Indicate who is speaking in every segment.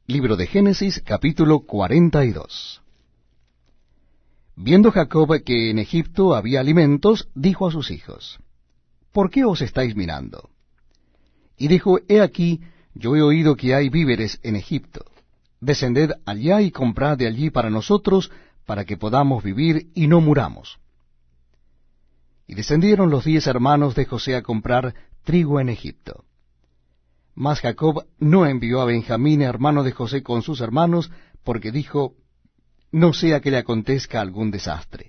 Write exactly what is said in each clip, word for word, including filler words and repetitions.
Speaker 1: Libro de Génesis, capítulo cuarenta y dos. Viendo Jacob que en Egipto había alimentos, dijo a sus hijos, ¿por qué os estáis mirando? Y dijo, he aquí, yo he oído que hay víveres en Egipto. Descended allá y comprad de allí para nosotros, para que podamos vivir y no muramos. Y descendieron los diez hermanos de José a comprar trigo en Egipto. Mas Jacob no envió a Benjamín, hermano de José, con sus hermanos, porque dijo, no sea que le acontezca algún desastre.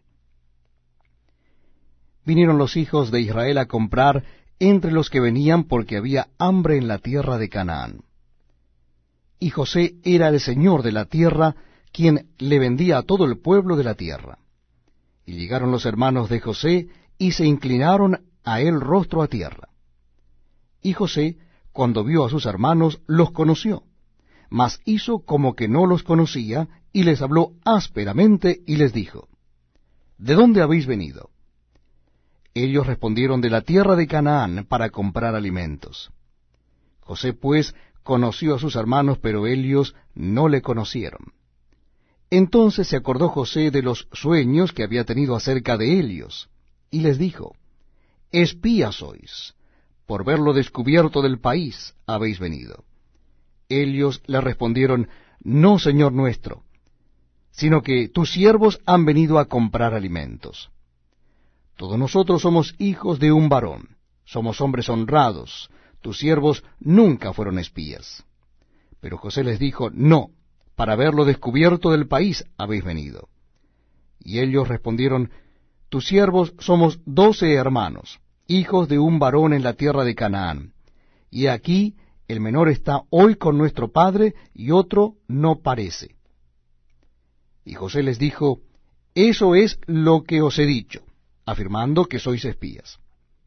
Speaker 1: Vinieron los hijos de Israel a comprar entre los que venían, porque había hambre en la tierra de Canaán. Y José era el señor de la tierra, quien le vendía a todo el pueblo de la tierra. Y llegaron los hermanos de José, y se inclinaron a él rostro a tierra. Y José, cuando vio a sus hermanos, los conoció, mas hizo como que no los conocía, y les habló ásperamente, y les dijo, ¿de dónde habéis venido? Ellos respondieron, de la tierra de Canaán, para comprar alimentos. José pues conoció a sus hermanos, pero ellos no le conocieron. Entonces se acordó José de los sueños que había tenido acerca de ellos, y les dijo, espías sois, por verlo descubierto del país habéis venido. Ellos le respondieron, no, señor nuestro, sino que tus siervos han venido a comprar alimentos. Todos nosotros somos hijos de un varón, somos hombres honrados, tus siervos nunca fueron espías. Pero José les dijo, no, para verlo descubierto del país habéis venido. Y ellos respondieron, tus siervos somos doce hermanos, hijos de un varón en la tierra de Canaán, y aquí el menor está hoy con nuestro padre, y otro no parece. Y José les dijo, eso es lo que os he dicho, afirmando que sois espías.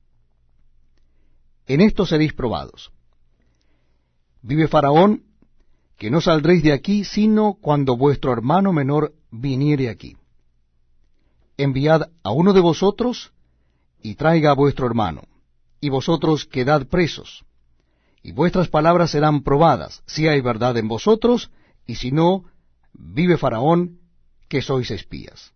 Speaker 1: En esto seréis probados. Vive Faraón, que no saldréis de aquí, sino cuando vuestro hermano menor viniere aquí. Enviad a uno de vosotros, y traiga a vuestro hermano, y vosotros quedad presos, y vuestras palabras serán probadas, si hay verdad en vosotros, y si no, vive Faraón, que sois espías.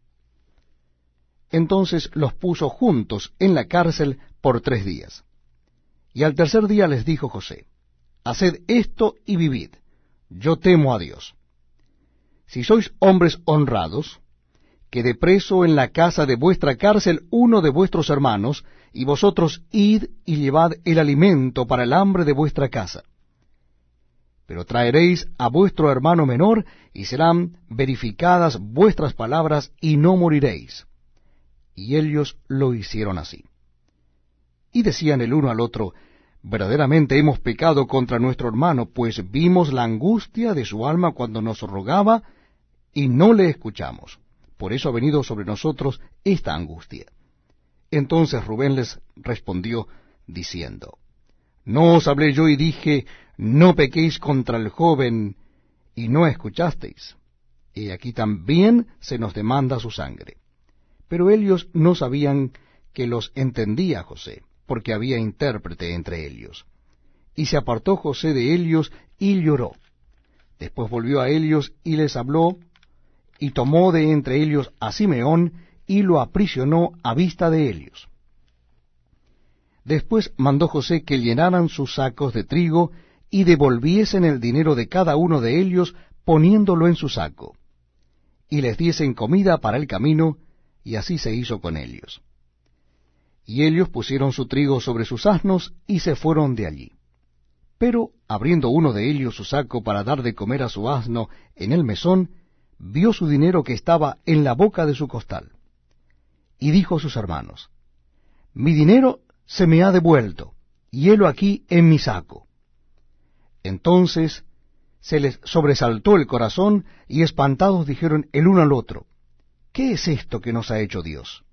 Speaker 1: Entonces los puso juntos en la cárcel por tres días. Y al tercer día les dijo José, haced esto y vivid, yo temo a Dios. Si sois hombres honrados, quede preso en la casa de vuestra cárcel uno de vuestros hermanos, y vosotros id y llevad el alimento para el hambre de vuestra casa. Pero traeréis a vuestro hermano menor, y serán verificadas vuestras palabras, y no moriréis. Y ellos lo hicieron así. Y decían el uno al otro, verdaderamente hemos pecado contra nuestro hermano, pues vimos la angustia de su alma cuando nos rogaba, y no le escuchamos. Por eso ha venido sobre nosotros esta angustia. Entonces Rubén les respondió, diciendo, ¿no os hablé yo y dije, no pequéis contra el joven, y no escuchasteis? Y aquí también se nos demanda su sangre. Pero ellos no sabían que los entendía José, porque había intérprete entre ellos. Y se apartó José de ellos y lloró. Después volvió a ellos y les habló, y tomó de entre ellos a Simeón, y lo aprisionó a vista de ellos. Después mandó José que llenaran sus sacos de trigo, y devolviesen el dinero de cada uno de ellos, poniéndolo en su saco, y les diesen comida para el camino, y así se hizo con ellos. Y ellos pusieron su trigo sobre sus asnos, y se fueron de allí. Pero, abriendo uno de ellos su saco para dar de comer a su asno en el mesón, vio su dinero que estaba en la boca de su costal. Y dijo a sus hermanos, mi dinero se me ha devuelto, y helo aquí en mi saco. Entonces se les sobresaltó el corazón, y espantados dijeron el uno al otro, ¿qué es esto que nos ha hecho Dios?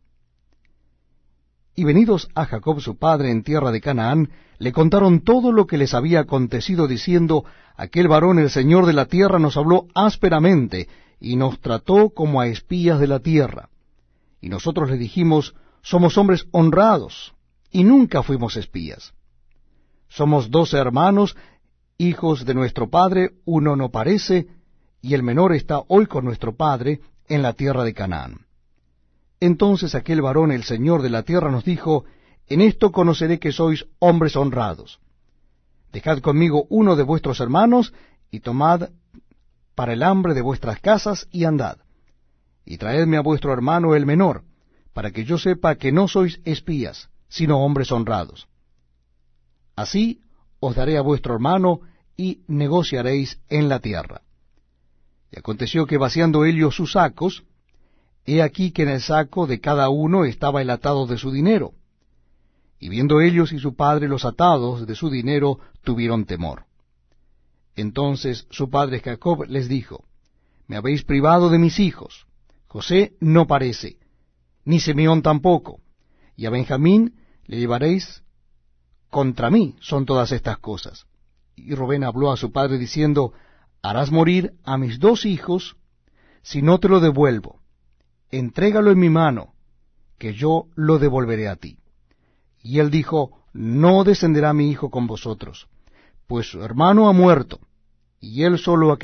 Speaker 1: Y venidos a Jacob su padre en tierra de Canaán, le contaron todo lo que les había acontecido, diciendo, aquel varón, el Señor de la tierra, nos habló ásperamente, y nos trató como a espías de la tierra. Y nosotros le dijimos, somos hombres honrados, y nunca fuimos espías. Somos doce hermanos, hijos de nuestro padre, uno no parece, y el menor está hoy con nuestro padre en la tierra de Canaán. Entonces aquel varón, el señor de la tierra, nos dijo, en esto conoceré que sois hombres honrados. Dejad conmigo uno de vuestros hermanos, y tomad para el hambre de vuestras casas, y andad. Y traedme a vuestro hermano el menor, para que yo sepa que no sois espías, sino hombres honrados. Así os daré a vuestro hermano, y negociaréis en la tierra. Y aconteció que vaciando ellos sus sacos, he aquí que en el saco de cada uno estaba el atado de su dinero. Y viendo ellos y su padre los atados de su dinero, tuvieron temor. Entonces su padre Jacob les dijo, me habéis privado de mis hijos. José no parece, ni Simeón tampoco, y a Benjamín le llevaréis. Contra mí son todas estas cosas. Y Rubén habló a su padre diciendo, harás morir a mis dos hijos, si no te lo devuelvo. Entrégalo en mi mano, que yo lo devolveré a ti. Y él dijo, no descenderá mi hijo con vosotros, pues su hermano ha muerto, y él solo